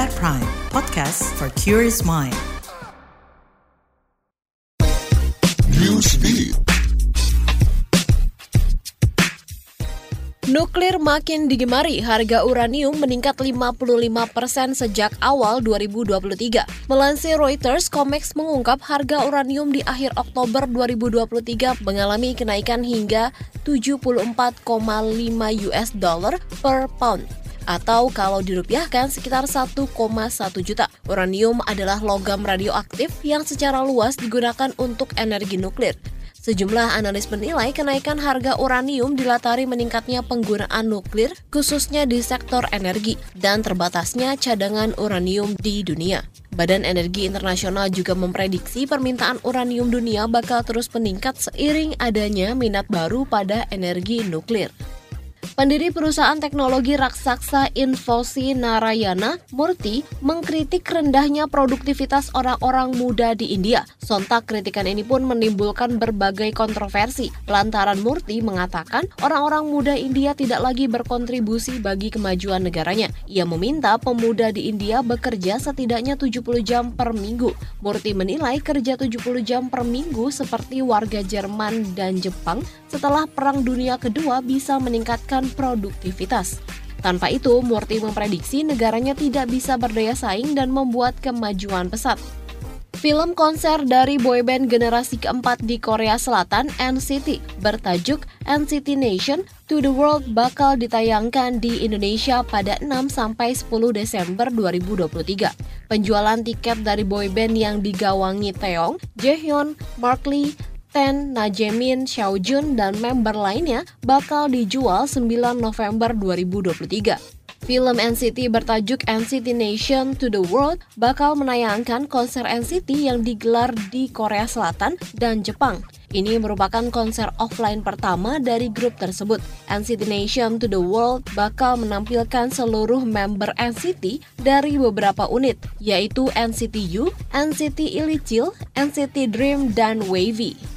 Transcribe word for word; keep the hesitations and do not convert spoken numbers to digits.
At Prime, podcast for curious mind. Newsbeat. Nuklir makin digemari, harga uranium meningkat lima puluh lima persen sejak awal dua ribu dua puluh tiga. Melansir Reuters, COMEX mengungkap harga uranium di akhir Oktober dua ribu dua puluh tiga mengalami kenaikan hingga tujuh puluh empat koma lima U S dollar per pound, atau kalau dirupiahkan sekitar satu koma satu juta. Uranium adalah logam radioaktif yang secara luas digunakan untuk energi nuklir. Sejumlah analis menilai kenaikan harga uranium dilatari meningkatnya penggunaan nuklir, khususnya di sektor energi, dan terbatasnya cadangan uranium di dunia. Badan Energi Internasional juga memprediksi permintaan uranium dunia bakal terus meningkat seiring adanya minat baru pada energi nuklir. Pendiri perusahaan teknologi raksasa Infosi Narayana Murthy mengkritik rendahnya produktivitas orang-orang muda di India. Sontak kritikan ini pun menimbulkan berbagai kontroversi. Lantaran Murthy mengatakan orang-orang muda India tidak lagi berkontribusi bagi kemajuan negaranya. Ia meminta pemuda di India bekerja setidaknya tujuh puluh jam per minggu. Murthy menilai kerja tujuh puluh jam per minggu seperti warga Jerman dan Jepang setelah Perang Dunia Kedua bisa meningkatkan produktivitas. Tanpa itu, Murthy memprediksi negaranya tidak bisa berdaya saing dan membuat kemajuan pesat. Film konser dari boyband generasi keempat di Korea Selatan, N C T, bertajuk N C T Nation to the World bakal ditayangkan di Indonesia pada enam sampai sepuluh Desember dua ribu dua puluh tiga. Penjualan tiket dari boyband yang digawangi Taeyong, Jaehyun, Mark Lee, Ten, Najemin, Xiaojun, dan member lainnya bakal dijual sembilan November dua ribu dua puluh tiga. Film N C T bertajuk N C T Nation to the World bakal menayangkan konser N C T yang digelar di Korea Selatan dan Jepang. Ini merupakan konser offline pertama dari grup tersebut. N C T Nation to the World bakal menampilkan seluruh member N C T dari beberapa unit, yaitu N C T U, N C T Illichil, N C T Dream, dan Wavy.